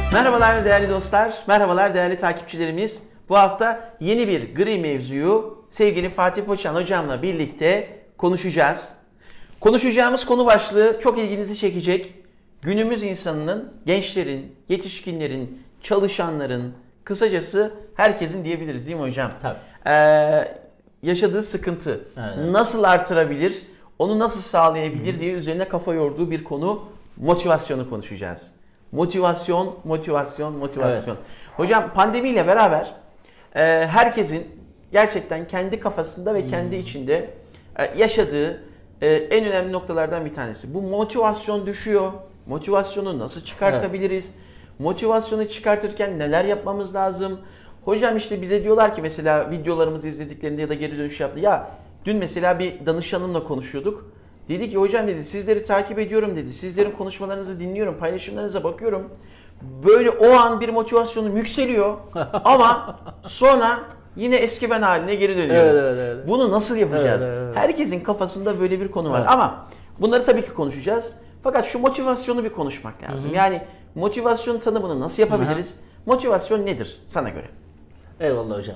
Merhabalar değerli dostlar, merhabalar değerli takipçilerimiz. Bu hafta yeni bir gri mevzuyu sevgili Fatih Poçan hocamla birlikte konuşacağız. Konuşacağımız konu başlığı çok ilginizi çekecek. Günümüz insanının, gençlerin, yetişkinlerin, çalışanların, kısacası herkesin diyebiliriz değil mi hocam? Tabii. Yaşadığı sıkıntı Evet. nasıl artırabilir, onu nasıl sağlayabilir diye üzerine kafa yorduğu bir konu, motivasyonu konuşacağız. Motivasyon. Evet. Hocam pandemiyle beraber herkesin gerçekten kendi kafasında ve kendi içinde yaşadığı en önemli noktalardan bir tanesi. Bu motivasyon düşüyor. Motivasyonu nasıl çıkartabiliriz? Evet. Motivasyonu çıkartırken neler yapmamız lazım? Hocam işte bize diyorlar ki mesela videolarımızı izlediklerinde ya da geri dönüş yaptı. Ya dün mesela bir danışanımla konuşuyorduk. Dedi ki hocam dedi sizleri takip ediyorum dedi. Sizlerin konuşmalarınızı dinliyorum, paylaşımlarınıza bakıyorum. Böyle o an bir motivasyonum yükseliyor ama sonra yine eski ben haline geri dönüyorum. Evet. Bunu nasıl yapacağız? Evet. Herkesin kafasında böyle bir konu var Evet. ama bunları tabii ki konuşacağız. Fakat şu motivasyonu bir konuşmak lazım. Yani motivasyon tanımını nasıl yapabiliriz? Motivasyon nedir sana göre? Eyvallah hocam.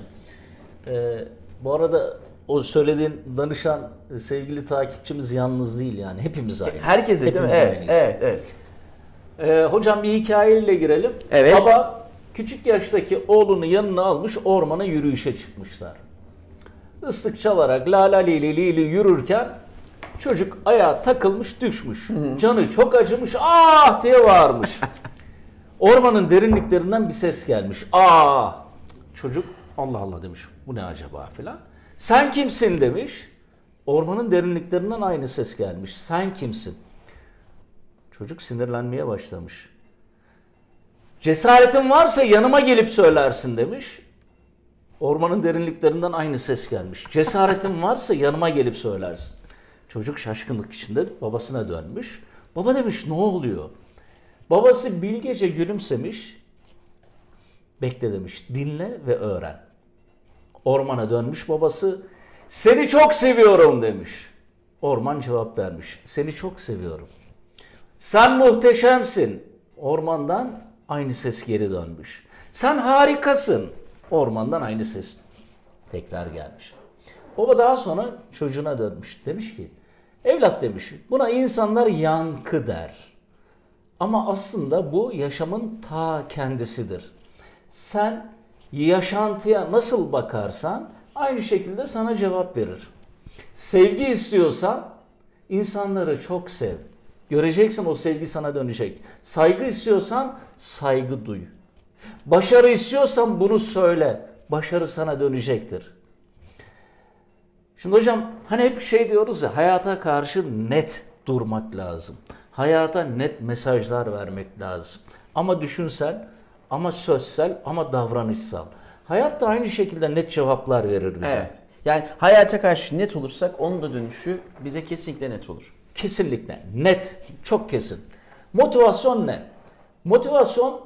Bu arada o söylediğin danışan sevgili takipçimiz yalnız değil yani. Hepimiz aynıyız. Herkese değil mi? Evet. Hocam bir hikayeyle girelim. Evet. Baba küçük yaştaki oğlunu yanına almış ormana yürüyüşe çıkmışlar. Islık çalarak la la li li li li yürürken çocuk ayağa takılmış düşmüş. Canı çok acımış ah diye bağırmış. Ormanın derinliklerinden bir ses gelmiş. Ah! Çocuk Allah Allah demiş. Bu ne acaba filan. Sen kimsin demiş. Ormanın derinliklerinden aynı ses gelmiş. Sen kimsin? Çocuk sinirlenmeye başlamış. Cesaretin varsa yanıma gelip söylersin demiş. Ormanın derinliklerinden aynı ses gelmiş. Cesaretin varsa yanıma gelip söylersin. Çocuk şaşkınlık içinde babasına dönmüş. Baba demiş ne oluyor? Babası bilgece gülümsemiş. Bekle demiş. Dinle ve öğren. Ormana dönmüş babası. Seni çok seviyorum demiş. Orman cevap vermiş. Seni çok seviyorum. Sen muhteşemsin. Ormandan aynı ses geri dönmüş. Sen harikasın. Ormandan aynı ses tekrar gelmiş. Baba daha sonra çocuğuna dönmüş. Demiş ki evlat demiş buna insanlar yankı der. Ama aslında bu yaşamın ta kendisidir. Sen yaşantıya nasıl bakarsan aynı şekilde sana cevap verir. Sevgi istiyorsan insanları çok sev. Göreceksin o sevgi sana dönecek. Saygı istiyorsan saygı duy. Başarı istiyorsan bunu söyle. Başarı sana dönecektir. Şimdi hocam hani hep şey diyoruz ya hayata karşı net durmak lazım. Hayata net mesajlar vermek lazım. Ama düşünsel, ama sözsel, ama davranışsal. Hayat da aynı şekilde net cevaplar verir bize. Evet. Yani hayata karşı net olursak onun da dönüşü bize kesinlikle net olur. Kesinlikle. Net. Çok kesin. Motivasyon ne? Motivasyon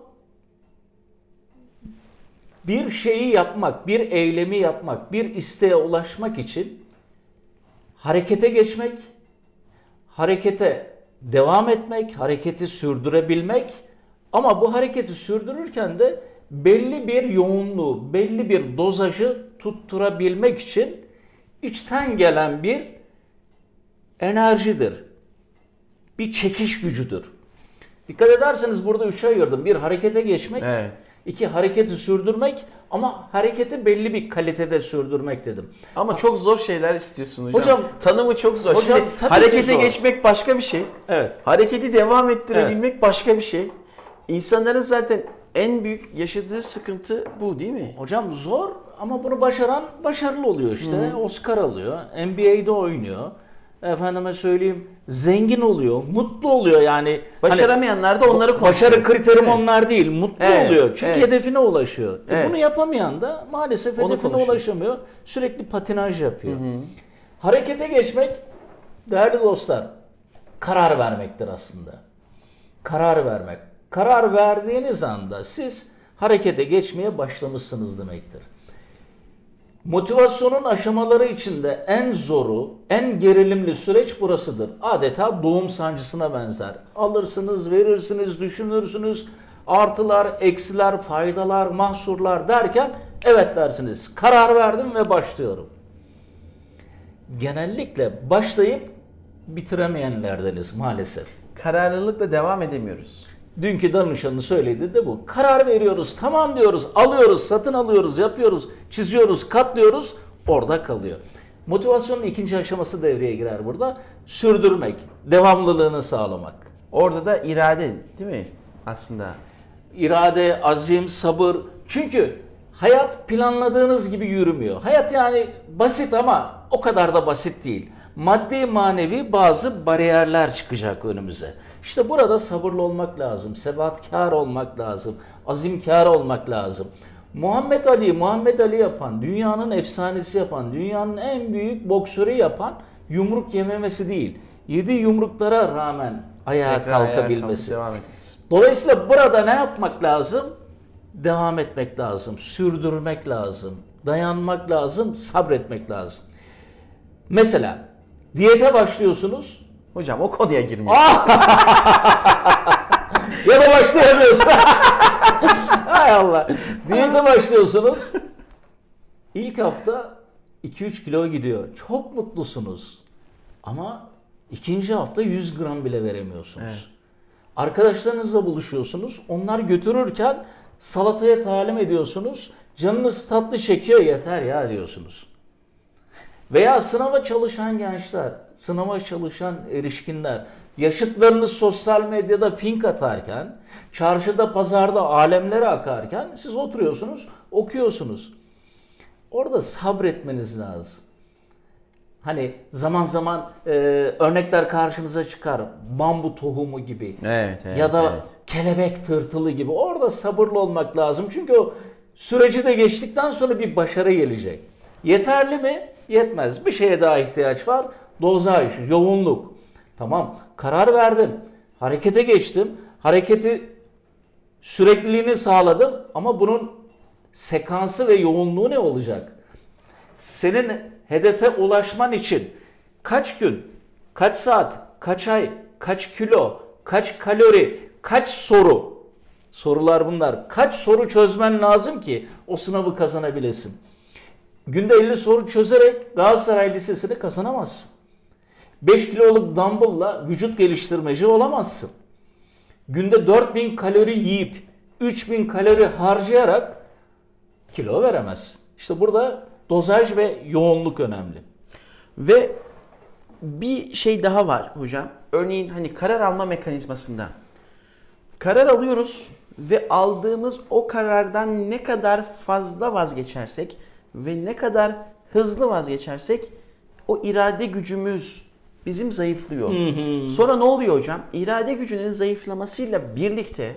bir şeyi yapmak, bir eylemi yapmak, bir isteğe ulaşmak için harekete geçmek, harekete devam etmek, hareketi sürdürebilmek ama bu hareketi sürdürürken de belli bir yoğunluğu, belli bir dozajı tutturabilmek için içten gelen bir enerjidir. Bir çekiş gücüdür. Dikkat ederseniz burada üçe ayırdım. Bir harekete geçmek, evet. İki hareketi sürdürmek ama hareketi belli bir kalitede sürdürmek dedim. Ama çok zor şeyler istiyorsun hocam. Hocam tanımı çok zor. Hocam, şimdi harekete geçmek başka bir şey. Evet. Hareketi devam ettirebilmek başka bir şey. İnsanların zaten en büyük yaşadığı sıkıntı bu değil mi? Hocam zor ama bunu başaran başarılı oluyor işte. Oscar alıyor. NBA'de oynuyor. Efendime söyleyeyim zengin oluyor, mutlu oluyor yani. Başaramayanlar da onları konuşuyor. Başarı kriterim onlar değil, mutlu oluyor. Çünkü hedefine ulaşıyor. Evet. Bunu yapamayan da maalesef hedefine ulaşamıyor. Sürekli patinaj yapıyor. Harekete geçmek değerli dostlar karar vermektir aslında. Karar vermek. Karar verdiğiniz anda siz harekete geçmeye başlamışsınız demektir. Motivasyonun aşamaları içinde en zoru, en gerilimli süreç burasıdır. Adeta doğum sancısına benzer. Alırsınız, verirsiniz, düşünürsünüz. artılar, eksiler, faydalar, mahsurlar derken evet dersiniz. Karar verdim ve başlıyorum. Genellikle başlayıp bitiremeyenlerdeniz maalesef. Kararlılıkla devam edemiyoruz. Dünkü danışanın söylediği de bu. Karar veriyoruz, tamam diyoruz, alıyoruz, satın alıyoruz, yapıyoruz, çiziyoruz, katlıyoruz, orada kalıyor. Motivasyonun ikinci aşaması devreye girer burada. Sürdürmek, devamlılığını sağlamak. Orada da irade değil mi aslında? İrade, azim, sabır. Çünkü hayat planladığınız gibi yürümüyor. Hayat yani basit ama o kadar da basit değil. Maddi manevi bazı bariyerler çıkacak önümüze. İşte burada sabırlı olmak lazım, sebatkar olmak lazım, azimkar olmak lazım. Muhammed Ali yapan, dünyanın efsanesi yapan, dünyanın en büyük boksörü yapan yumruk yememesi değil. 7 yumruklara rağmen ayağa kalkabilmesi. Devam etmesi. Dolayısıyla burada ne yapmak lazım? Devam etmek lazım, sürdürmek lazım, dayanmak lazım, sabretmek lazım. Mesela diyete başlıyorsunuz. Hocam o konuya girmiyor. Ya da başlayamıyorsun. Hay Allah. Diyete başlıyorsunuz. İlk hafta 2-3 kilo gidiyor. Çok mutlusunuz. Ama ikinci hafta 100 gram bile veremiyorsunuz. Evet. Arkadaşlarınızla buluşuyorsunuz. Onlar götürürken salataya talim ediyorsunuz. Canınız tatlı çekiyor, yeter ya diyorsunuz. Veya sınava çalışan gençler, sınava çalışan erişkinler, yaşıtlarınız sosyal medyada fink atarken, çarşıda pazarda alemlere akarken siz oturuyorsunuz, okuyorsunuz. Orada sabretmeniz lazım. Hani zaman zaman örnekler karşınıza çıkar. Bambu tohumu gibi. Evet, ya da evet. kelebek tırtılı gibi. Orada sabırlı olmak lazım. Çünkü o süreci de geçtikten sonra bir başarı gelecek. Yeterli mi? Yetmez. Bir şeye daha ihtiyaç var. Dozaj, yoğunluk. Tamam, karar verdim. Harekete geçtim. Hareketi sürekliliğini sağladım ama bunun sekansı ve yoğunluğu ne olacak? Senin hedefe ulaşman için kaç gün, kaç saat, kaç ay, kaç kilo, kaç kalori, kaç soru, sorular bunlar. Kaç soru çözmen lazım ki o sınavı kazanabilesin? Günde 50 soru çözerek Galatasaray Lisesi'ni kazanamazsın. 5 kiloluk dumbbell'la vücut geliştirmeci olamazsın. Günde 4000 kalori yiyip 3000 kalori harcayarak kilo veremezsin. İşte burada dozaj ve yoğunluk önemli. Ve bir şey daha var hocam. Örneğin hani karar alma mekanizmasında. Karar alıyoruz ve aldığımız o karardan ne kadar fazla vazgeçersek ve ne kadar hızlı vazgeçersek o irade gücümüz bizim zayıflıyor. Sonra ne oluyor hocam? İrade gücünün zayıflamasıyla birlikte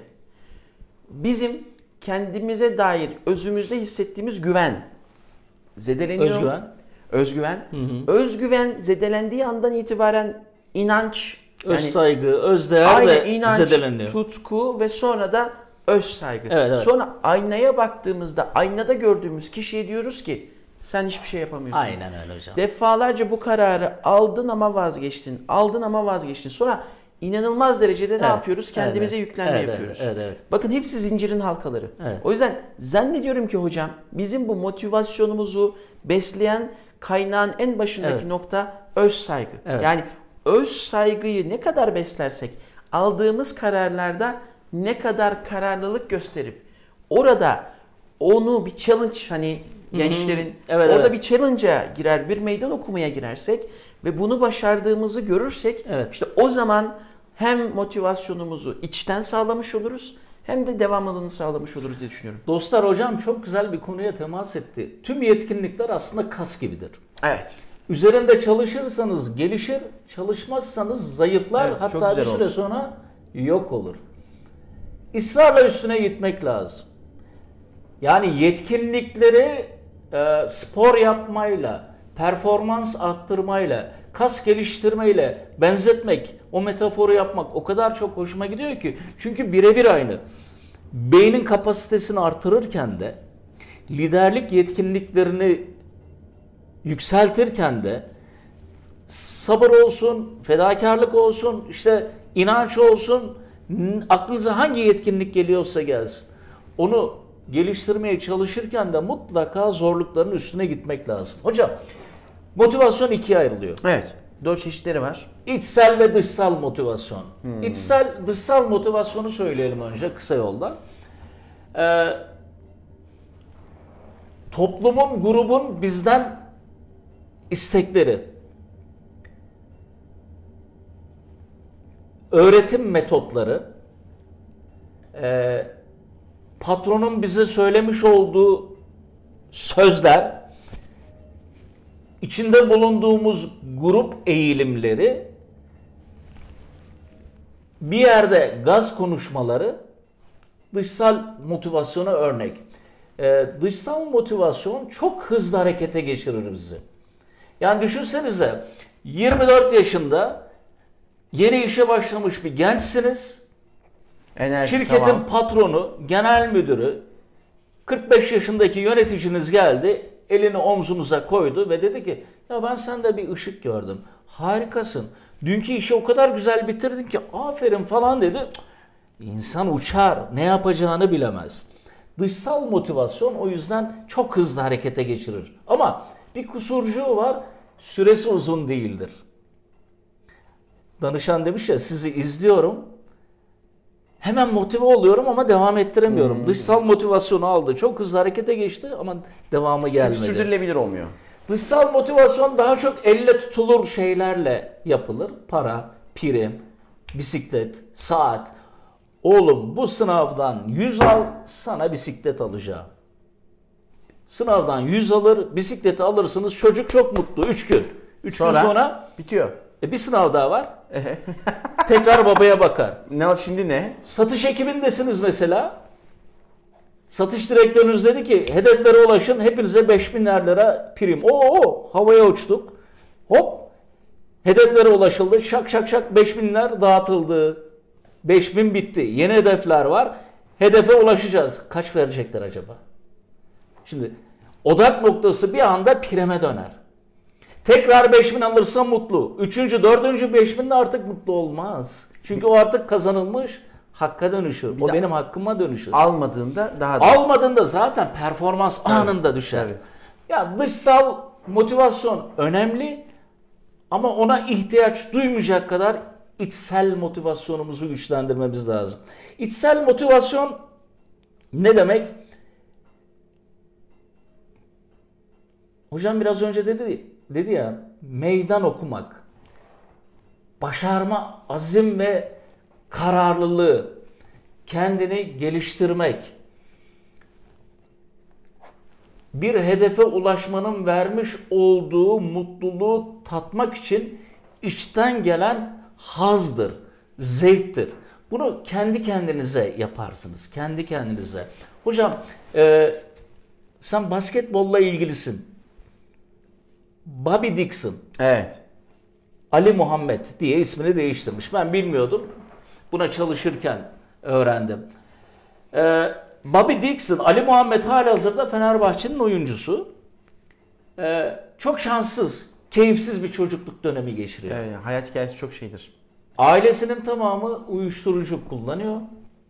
bizim kendimize dair özümüzde hissettiğimiz güven zedeleniyor. Özgüven. Özgüven zedelendiği andan itibaren inanç, Özsaygı, özdeğer de inanç, zedeleniyor. tutku ve sonra da özsaygı. Evet. Sonra aynaya baktığımızda aynada gördüğümüz kişiye diyoruz ki sen hiçbir şey yapamıyorsun. Aynen öyle hocam. Defalarca bu kararı aldın ama vazgeçtin. Aldın ama vazgeçtin. Sonra inanılmaz derecede ne yapıyoruz? Kendimize yüklenme yapıyoruz. Evet. Bakın hepsi zincirin halkaları. Evet. O yüzden zannediyorum ki hocam bizim bu motivasyonumuzu besleyen kaynağın en başındaki nokta öz saygı. Evet. Yani öz saygıyı ne kadar beslersek aldığımız kararlarda ne kadar kararlılık gösterip orada onu bir challenge hani gençlerin orada bir challenge'a girer, bir meydan okumaya girersek ve bunu başardığımızı görürsek işte o zaman hem motivasyonumuzu içten sağlamış oluruz hem de devamlılığını sağlamış oluruz diye düşünüyorum. Dostlar hocam çok güzel bir konuya temas etti. Tüm yetkinlikler aslında kas gibidir. Evet. Üzerinde çalışırsanız gelişir, çalışmazsanız zayıflar, Evet, hatta bir süre sonra yok olur. İsrarla üstüne gitmek lazım. Yani yetkinlikleri spor yapmayla, performans arttırmayla, kas geliştirmeyle benzetmek, o metaforu yapmak o kadar çok hoşuma gidiyor ki. Çünkü birebir aynı. Beynin kapasitesini artırırken de, liderlik yetkinliklerini yükseltirken de sabır olsun, fedakarlık olsun, işte inanç olsun, Aklınıza hangi yetkinlik geliyorsa gelsin. Onu geliştirmeye çalışırken de mutlaka zorlukların üstüne gitmek lazım. Hocam, motivasyon ikiye ayrılıyor. Evet. 4 çeşitleri var. İçsel ve dışsal motivasyon. Dışsal motivasyonu söyleyelim önce kısa yoldan. Toplumun, grubun bizden istekleri, öğretim metotları, patronun bize söylemiş olduğu sözler, içinde bulunduğumuz grup eğilimleri, bir yerde gaz konuşmaları dışsal motivasyona örnek. Dışsal motivasyon çok hızlı harekete geçirir bizi. Yani düşünsenize 24 yaşında yeni işe başlamış bir gençsiniz. Enerji, Şirketin tamam. patronu, genel müdürü, 45 yaşındaki yöneticiniz geldi, elini omzunuza koydu ve dedi ki ya ben sende bir ışık gördüm. Harikasın. Dünkü işi o kadar güzel bitirdin ki aferin falan dedi. İnsan uçar. Ne yapacağını bilemez. Dışsal motivasyon o yüzden çok hızlı harekete geçirir. Ama bir kusurcuğu var. Süresi uzun değildir. Danışan demiş ya sizi izliyorum. Hemen motive oluyorum ama devam ettiremiyorum. Dışsal motivasyonu aldı. Çok hızlı harekete geçti ama devamı gelmedi. Çünkü sürdürülebilir olmuyor. Dışsal motivasyon daha çok elle tutulur şeylerle yapılır. Para, prim, bisiklet, saat. Oğlum bu sınavdan 100 al, sana bisiklet alacağım. Sınavdan 100 alır, bisikleti alırsınız. Çocuk çok mutlu. 3 gün. 3 gün sonra bitiyor. Bir sınav daha var. Tekrar babaya bakar. Ne şimdi ne? Satış ekibindesiniz mesela. Satış direktörünüz dedi ki hedeflere ulaşın, hepinize 5.000'er lira prim. Havaya uçtuk. Hop. Hedeflere ulaşıldı. Şak şak şak 5.000'ler dağıtıldı. 5.000 bitti. Yeni hedefler var. Hedefe ulaşacağız. Kaç verecekler acaba? Şimdi odak noktası bir anda prime döner. Tekrar 5.000 alırsa mutlu. 3. 4. 5.000'de artık mutlu olmaz. Çünkü o artık kazanılmış hakka dönüşür. O benim hakkıma dönüşür. Almadığında daha da... Almadığında zaten performans anında düşer. Evet. Ya dışsal motivasyon önemli ama ona ihtiyaç duymayacak kadar içsel motivasyonumuzu güçlendirmemiz lazım. İçsel motivasyon ne demek? Hocam biraz önce dedi ya, meydan okumak, başarma, azim ve kararlılığı, kendini geliştirmek, bir hedefe ulaşmanın vermiş olduğu mutluluğu tatmak için içten gelen hazdır, zevktir. Bunu kendi kendinize yaparsınız, kendi kendinize. Hocam sen basketbolla ilgilisin. Bobby Dixon. Evet. Ali Muhammed diye ismini değiştirmiş. Ben bilmiyordum. Buna çalışırken öğrendim. Bobby Dixon, Ali Muhammed halihazırda Fenerbahçe'nin oyuncusu. Çok şanssız, keyifsiz bir çocukluk dönemi geçiriyor. Evet, hayat hikayesi çok şeydir. Ailesinin tamamı uyuşturucu kullanıyor.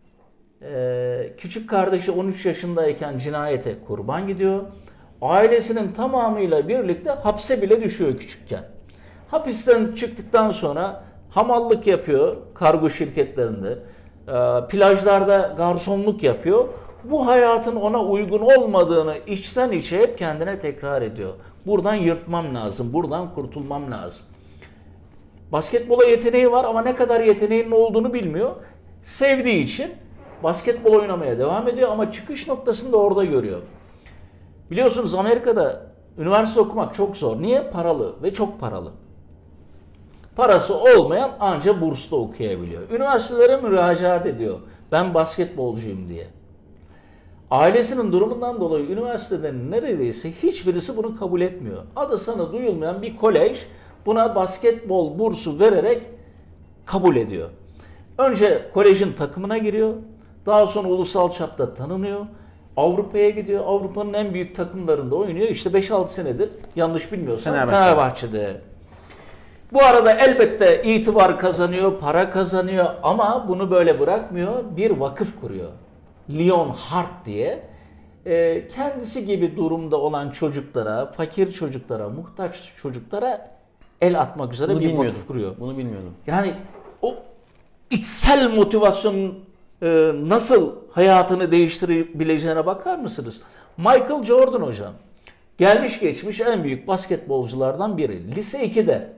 Küçük kardeşi 13 yaşındayken cinayete kurban gidiyor. Ailesinin tamamıyla birlikte hapse bile düşüyor küçükken. Hapisten çıktıktan sonra hamallık yapıyor kargo şirketlerinde. Plajlarda garsonluk yapıyor. Bu hayatın ona uygun olmadığını içten içe hep kendine tekrar ediyor. Buradan yırtmam lazım, buradan kurtulmam lazım. Basketbola yeteneği var ama ne kadar yeteneğinin olduğunu bilmiyor. Sevdiği için basketbol oynamaya devam ediyor ama çıkış noktasını da orada görüyor. Biliyorsunuz Amerika'da üniversite okumak çok zor. Niye? Paralı ve çok paralı. Parası olmayan ancak burslu okuyabiliyor. Üniversitelere müracaat ediyor. Ben basketbolcuyum diye. Ailesinin durumundan dolayı üniversiteden neredeyse hiçbirisi bunu kabul etmiyor. Adı sana duyulmayan bir kolej buna basketbol bursu vererek kabul ediyor. Önce kolejin takımına giriyor. Daha sonra ulusal çapta tanınıyor. Avrupa'ya gidiyor. Avrupa'nın en büyük takımlarında oynuyor. İşte 5-6 senedir yanlış bilmiyorsam Fenerbahçe'de. Bu arada elbette itibar kazanıyor, para kazanıyor ama bunu böyle bırakmıyor. Bir vakıf kuruyor. Leonhard diye. Kendisi gibi durumda olan çocuklara, fakir çocuklara, muhtaç çocuklara el atmak üzere bir vakıf kuruyor. Bunu bilmiyordum. Yani o içsel motivasyonun nasıl hayatını değiştirebileceğine bakar mısınız? Michael Jordan hocam. Gelmiş geçmiş en büyük basketbolculardan biri. Lise 2'de.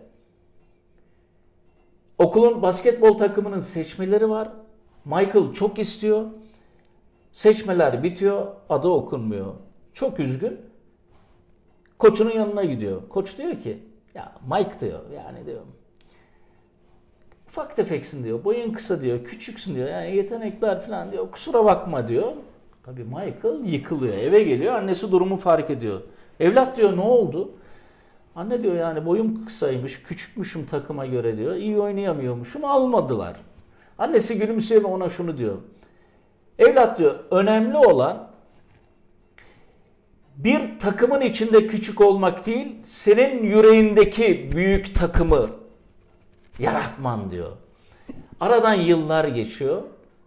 Okulun basketbol takımının seçmeleri var. Michael çok istiyor. Seçmeler bitiyor. Adı okunmuyor. Çok üzgün. Koçunun yanına gidiyor. Koç diyor ki ya Mike diyor yani diyor. Ufak tefeksin diyor. Boyun kısa diyor. Küçüksün diyor. Yani yetenekler falan diyor. Kusura bakma diyor. Tabii Michael yıkılıyor. Eve geliyor. Annesi durumu fark ediyor. Evlat diyor ne oldu? Anne diyor yani boyum kısaymış. Küçükmüşüm takıma göre diyor. İyi oynayamıyormuşum. Almadılar. Annesi gülümsüyor ve ona şunu diyor. Evlat diyor önemli olan bir takımın içinde küçük olmak değil, senin yüreğindeki büyük takımı yaratman diyor. Aradan yıllar geçiyor.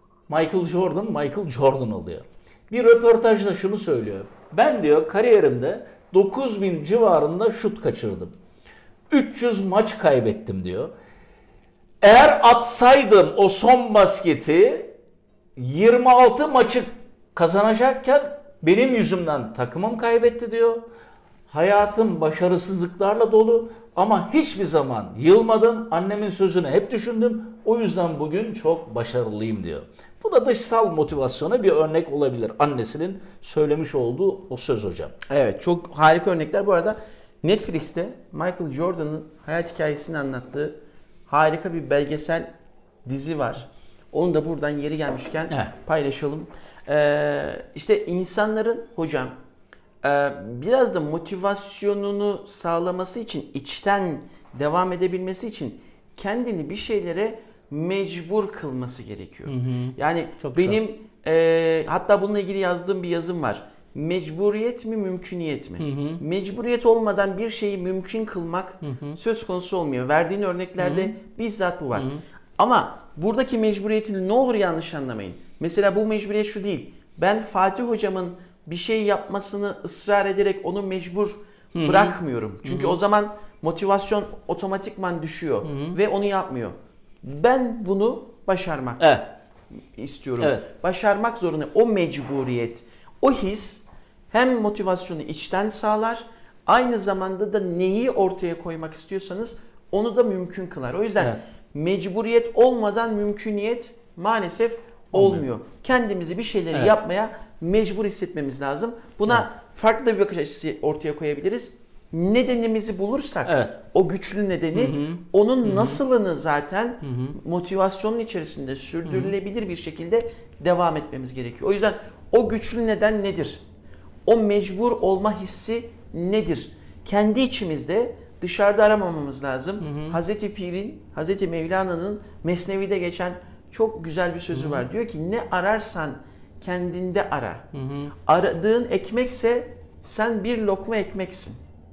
Michael Jordan oluyor. Bir röportajda şunu söylüyor. Ben diyor kariyerimde 9.000 civarında şut kaçırdım. 300 maç kaybettim diyor. Eğer atsaydım o son basketi 26 maçı kazanacakken benim yüzümden takımım kaybetti diyor. Hayatım başarısızlıklarla dolu ama hiçbir zaman yılmadım. Annemin sözünü hep düşündüm. O yüzden bugün çok başarılıyım diyor. Bu da dışsal motivasyona bir örnek olabilir. Annesinin söylemiş olduğu o söz hocam. Evet, çok harika örnekler. Bu arada Netflix'te Michael Jordan'ın hayat hikayesini anlattığı harika bir belgesel dizi var. Onu da buradan yeri gelmişken paylaşalım. İşte insanların hocam biraz da motivasyonunu sağlaması için, içten devam edebilmesi için kendini bir şeylere mecbur kılması gerekiyor. Yani çok benim hatta bununla ilgili yazdığım bir yazım var. Mecburiyet mi, mümküniyet mi? Mecburiyet olmadan bir şeyi mümkün kılmak söz konusu olmuyor. Verdiğin örneklerde bizzat bu var. Ama buradaki mecburiyetini ne olur yanlış anlamayın. Mesela bu mecburiyet şu değil. Ben Fatih hocamın bir şey yapmasını ısrar ederek onu mecbur bırakmıyorum. Çünkü o zaman motivasyon otomatikman düşüyor ve onu yapmıyor. Ben bunu başarmak istiyorum. Evet. Başarmak zorunda. O mecburiyet, o his hem motivasyonu içten sağlar, aynı zamanda da neyi ortaya koymak istiyorsanız onu da mümkün kılar. O yüzden mecburiyet olmadan mümküniyet maalesef olmuyor. Kendimizi bir şeyleri yapmaya mecbur hissetmemiz lazım. Buna farklı bir bakış açısı ortaya koyabiliriz. Nedenimizi bulursak o güçlü nedeni onun nasılını zaten motivasyonun içerisinde sürdürülebilir bir şekilde devam etmemiz gerekiyor. O yüzden o güçlü neden nedir? O mecbur olma hissi nedir? Kendi içimizde dışarıda aramamamız lazım. Hazreti Pir'in, Hazreti Mevlana'nın Mesnevi'de geçen çok güzel bir sözü var. Diyor ki ne ararsan kendinde ara. Aradığın ekmekse sen bir lokma ekmeksin.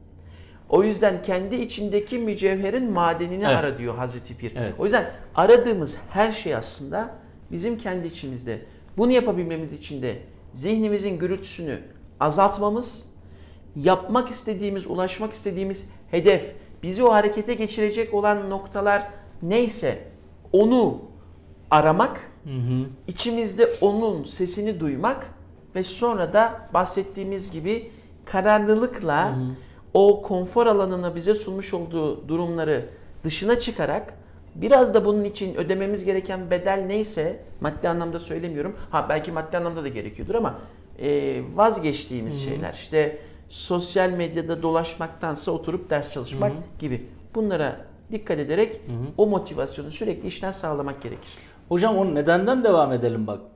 O yüzden kendi içindeki mücevherin madenini ara diyor Hazreti Pir. O yüzden aradığımız her şey aslında bizim kendi içimizde. Bunu yapabilmemiz için de zihnimizin gürültüsünü azaltmamız, yapmak istediğimiz, ulaşmak istediğimiz hedef, bizi o harekete geçirecek olan noktalar neyse onu aramak, içimizde onun sesini duymak ve sonra da bahsettiğimiz gibi kararlılıkla o konfor alanına bize sunmuş olduğu durumları dışına çıkarak biraz da bunun için ödememiz gereken bedel neyse, maddi anlamda söylemiyorum, belki maddi anlamda da gerekiyordur ama vazgeçtiğimiz şeyler, işte sosyal medyada dolaşmaktansa oturup ders çalışmak gibi bunlara dikkat ederek o motivasyonu sürekli işten sağlamak gerekir. Hocam o nedenden devam edelim bak.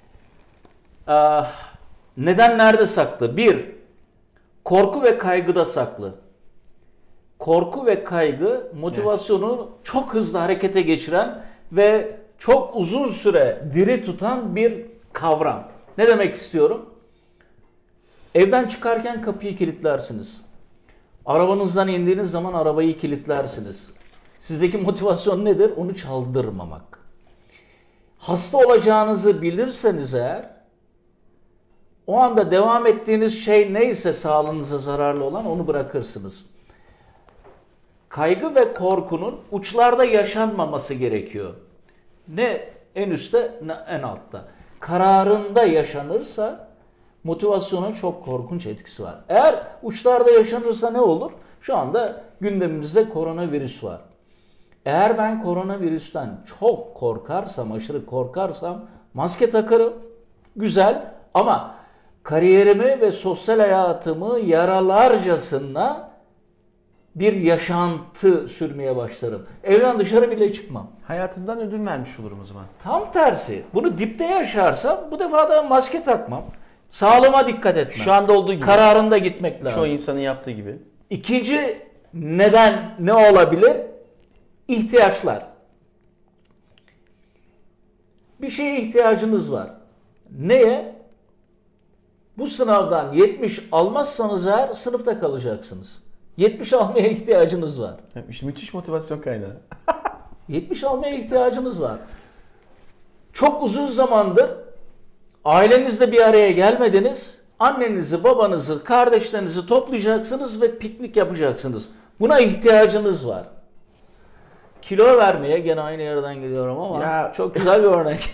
Neden nerede saklı? Bir, korku ve kaygıda saklı. Korku ve kaygı motivasyonu çok hızlı harekete geçiren ve çok uzun süre diri tutan bir kavram. Ne demek istiyorum? Evden çıkarken kapıyı kilitlersiniz. Arabanızdan indiğiniz zaman arabayı kilitlersiniz. Sizdeki motivasyon nedir? Onu çaldırmamak. Hasta olacağınızı bilirseniz eğer, o anda devam ettiğiniz şey neyse sağlığınıza zararlı olan onu bırakırsınız. Kaygı ve korkunun uçlarda yaşanmaması gerekiyor. Ne en üstte ne en altta. Kararında yaşanırsa motivasyonun çok korkunç etkisi var. Eğer uçlarda yaşanırsa ne olur? Şu anda gündemimizde koronavirüs var. Eğer ben koronavirüsten çok korkarsam, aşırı korkarsam maske takarım. Güzel ama kariyerimi ve sosyal hayatımı yaralarcasına bir yaşantı sürmeye başlarım. Evden dışarı bile çıkmam. Hayatımdan ödün vermiş olurum o zaman. Tam tersi. Bunu dipte yaşarsam bu defa da maske takmam. Sağlığıma dikkat etmem. Şu anda olduğu gibi. Kararında gitmek lazım. Çoğu insanın yaptığı gibi. İkinci neden ne olabilir? İhtiyaçlar. Bir şeye ihtiyacınız var. Neye? Bu sınavdan 70 almazsanız eğer sınıfta kalacaksınız. 70 almaya ihtiyacınız var. İşte müthiş motivasyon kaynağı. 70 almaya ihtiyacınız var. Çok uzun zamandır ailenizle bir araya gelmediniz. Annenizi, babanızı, kardeşlerinizi toplayacaksınız ve piknik yapacaksınız. Buna ihtiyacınız var. Kilo vermeye, gene aynı yerden gidiyorum ama Ya. çok güzel bir örnek.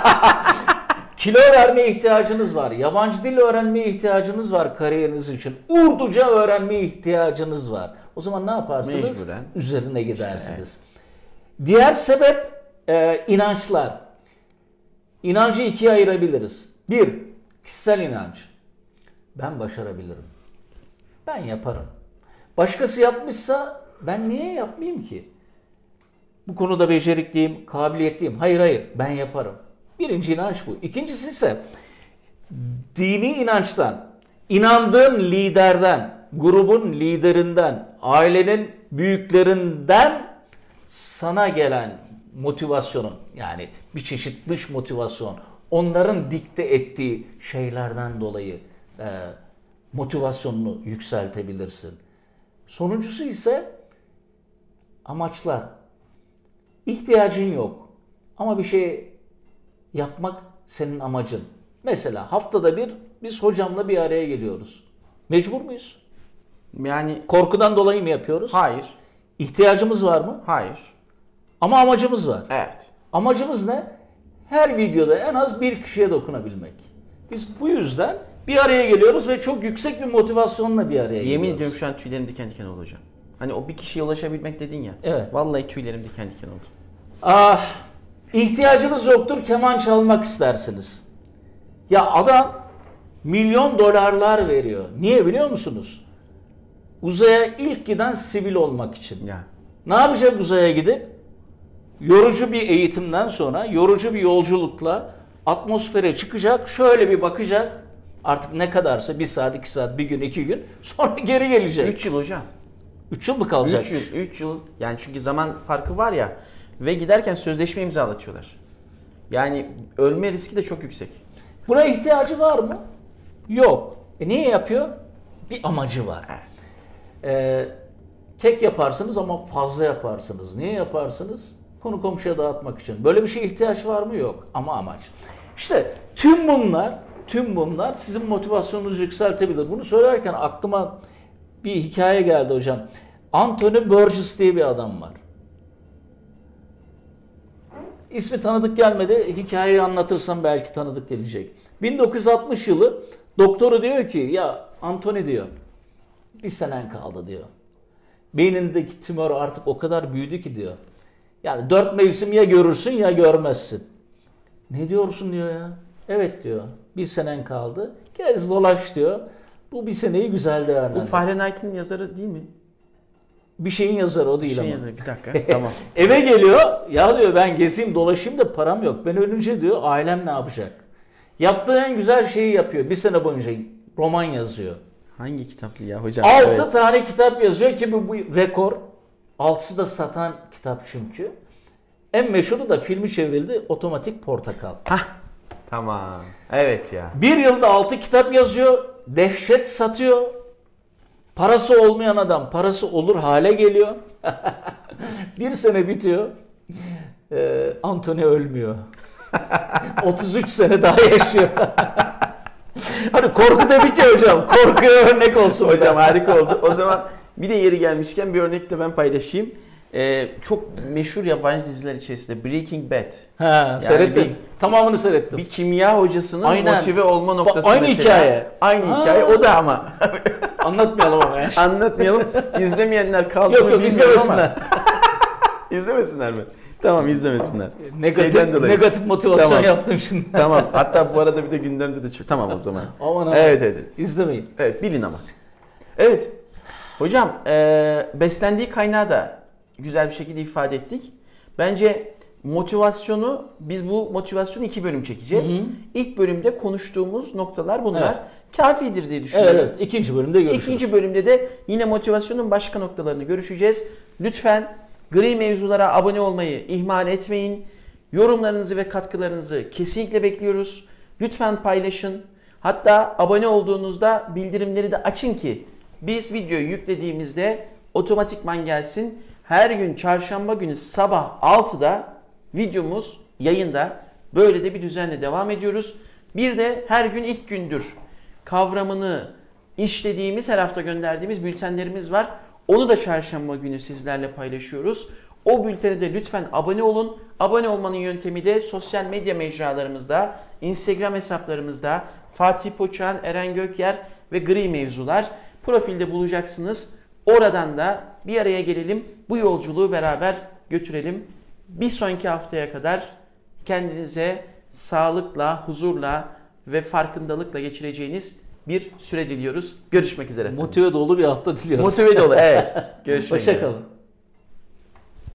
Kilo vermeye ihtiyacınız var. Yabancı dil öğrenmeye ihtiyacınız var kariyeriniz için. Urduca öğrenmeye ihtiyacınız var. O zaman ne yaparsınız? Mecburen. Üzerine gidersiniz. Diğer sebep inançlar. İnancı ikiye ayırabiliriz. Bir, kişisel inanç. Ben başarabilirim. Ben yaparım. Başkası yapmışsa ben niye yapmayayım ki? Bu konuda becerikliyim, kabiliyetliyim. Hayır, ben yaparım. Birinci inanç bu. İkincisi ise dini inançtan, inandığın liderden, grubun liderinden, ailenin büyüklerinden sana gelen motivasyonun, yani bir çeşit dış motivasyon, onların dikte ettiği şeylerden dolayı motivasyonunu yükseltebilirsin. Sonuncusu ise amaçlar. İhtiyacın yok ama bir şey yapmak senin amacın. Mesela haftada bir biz hocamla bir araya geliyoruz. Mecbur muyuz? Yani Korkudan dolayı mı yapıyoruz? hayır. İhtiyacımız var mı? Hayır. Ama amacımız var. Evet. Amacımız ne? Her videoda en az bir kişiye dokunabilmek. Biz bu yüzden bir araya geliyoruz ve çok yüksek bir motivasyonla bir araya geliyoruz. Yemin ediyorum şu an tüylerim diken diken oldu hocam. Hani o bir kişiye ulaşabilmek dedin ya. Evet. Vallahi tüylerim diken diken oldu. İhtiyacınız yoktur, keman çalmak istersiniz. Ya adam milyon dolarlar veriyor. Niye biliyor musunuz? Uzaya ilk giden sivil olmak için. Ya. Ne yapacak uzaya gidip? Yorucu bir eğitimden sonra, yorucu bir yolculukla atmosfere çıkacak, şöyle bir bakacak. Artık ne kadarsa 1 saat, 2 saat, 1 gün, 2 gün sonra geri gelecek. 3 yıl hocam. 3 yıl mı kalacak? 3 yıl. Yani çünkü zaman farkı var ya. Ve giderken sözleşme imzalatıyorlar. Yani ölme riski de çok yüksek. Buna ihtiyacı var mı? Yok. Niye yapıyor? Bir amacı var. Tek yaparsınız ama fazla yaparsınız. Niye yaparsınız? Konu komşuya dağıtmak için. Böyle bir şeye ihtiyaç var mı? Yok. Ama amaç. İşte tüm bunlar sizin motivasyonunuzu yükseltebilir. Bunu söylerken aklıma bir hikaye geldi hocam. Anthony Burgess diye bir adam var. İsmi tanıdık gelmedi. Hikayeyi anlatırsam belki tanıdık gelecek. 1960 yılı doktoru diyor ki ya Anthony diyor 1 senen kaldı diyor. Beynindeki tümör artık o kadar büyüdü ki diyor. Yani 4 mevsim ya görürsün ya görmezsin. Ne diyorsun diyor ya. Evet diyor. 1 senen kaldı. Gez dolaş diyor. Bu 1 seneyi güzel değerlendir. Bu Fahrenheit'in yazarı değil mi? Bir şeyin yazarı o değil ama. Yazarı. Bir dakika. Tamam. Eve geliyor. Ya diyor ben gezeyim dolaşayım da param yok. Ben ölünce diyor ailem ne yapacak? Yaptığı en güzel şeyi yapıyor. 1 sene boyunca roman yazıyor. Hangi kitaptı ya hocam? 6 tane kitap yazıyor ki bu rekor. 6'sı da satan kitap çünkü. En meşhuru da filmi çevrildi. Otomatik Portakal. Hah. Tamam. Evet ya. 1 yılda 6 kitap yazıyor. Dehşet satıyor. Parası olmayan adam parası olur hale geliyor. Bir sene bitiyor. Anthony ölmüyor. 33 sene daha yaşıyor. Hani korku dedik ya hocam. Korkuya örnek olsun Hocam harika oldu. O zaman bir de yeri gelmişken bir örnek de ben paylaşayım. Çok meşhur yabancı diziler içerisinde Breaking Bad. Yani seyrettim. Tamamını seyrettim. Bir kimya hocasının Aynen. motive olma noktası Aynı mesela. hikaye. Aynı hikaye o da ama. Anlatmayalım ama ya. Anlatmayalım. İzlemeyenler kaldı mı Yok bilmiyorum izlemesinler. ama. İzlemesinler mi? Tamam izlemesinler. Negatif motivasyon Tamam. yaptım şimdi. Tamam. Hatta bu arada bir de gündemde de çok. Tamam o zaman. Aman Evet. İzlemeyin. Evet bilin ama. Evet. Hocam beslendiği kaynağı da güzel bir şekilde ifade ettik. Bence biz bu motivasyonu 2 bölüm çekeceğiz. İlk bölümde konuştuğumuz noktalar bunlar. Evet. Kafidir diye düşünüyorum. Evet. İkinci bölümde görüşürüz. İkinci bölümde de yine motivasyonun başka noktalarını görüşeceğiz. Lütfen gri mevzulara abone olmayı ihmal etmeyin. Yorumlarınızı ve katkılarınızı kesinlikle bekliyoruz. Lütfen paylaşın. Hatta abone olduğunuzda bildirimleri de açın ki biz videoyu yüklediğimizde otomatikman gelsin. Her gün çarşamba günü sabah 6'da videomuz yayında. Böyle de bir düzenle devam ediyoruz. Bir de her gün ilk gündür kavramını işlediğimiz, her hafta gönderdiğimiz bültenlerimiz var. Onu da çarşamba günü sizlerle paylaşıyoruz. O bültene de lütfen abone olun. Abone olmanın yöntemi de sosyal medya mecralarımızda, Instagram hesaplarımızda Fatih Poçan, Eren Gökyer ve Gri Mevzular profilde bulacaksınız. Oradan da bir araya gelelim. Bu yolculuğu beraber götürelim. Bir sonraki haftaya kadar kendinize sağlıkla, huzurla ve farkındalıkla geçireceğiniz bir süre diliyoruz. Görüşmek üzere. Motive dolu bir hafta diliyoruz. Motive dolu. Evet. Görüşmek üzere. Hoşça kalın.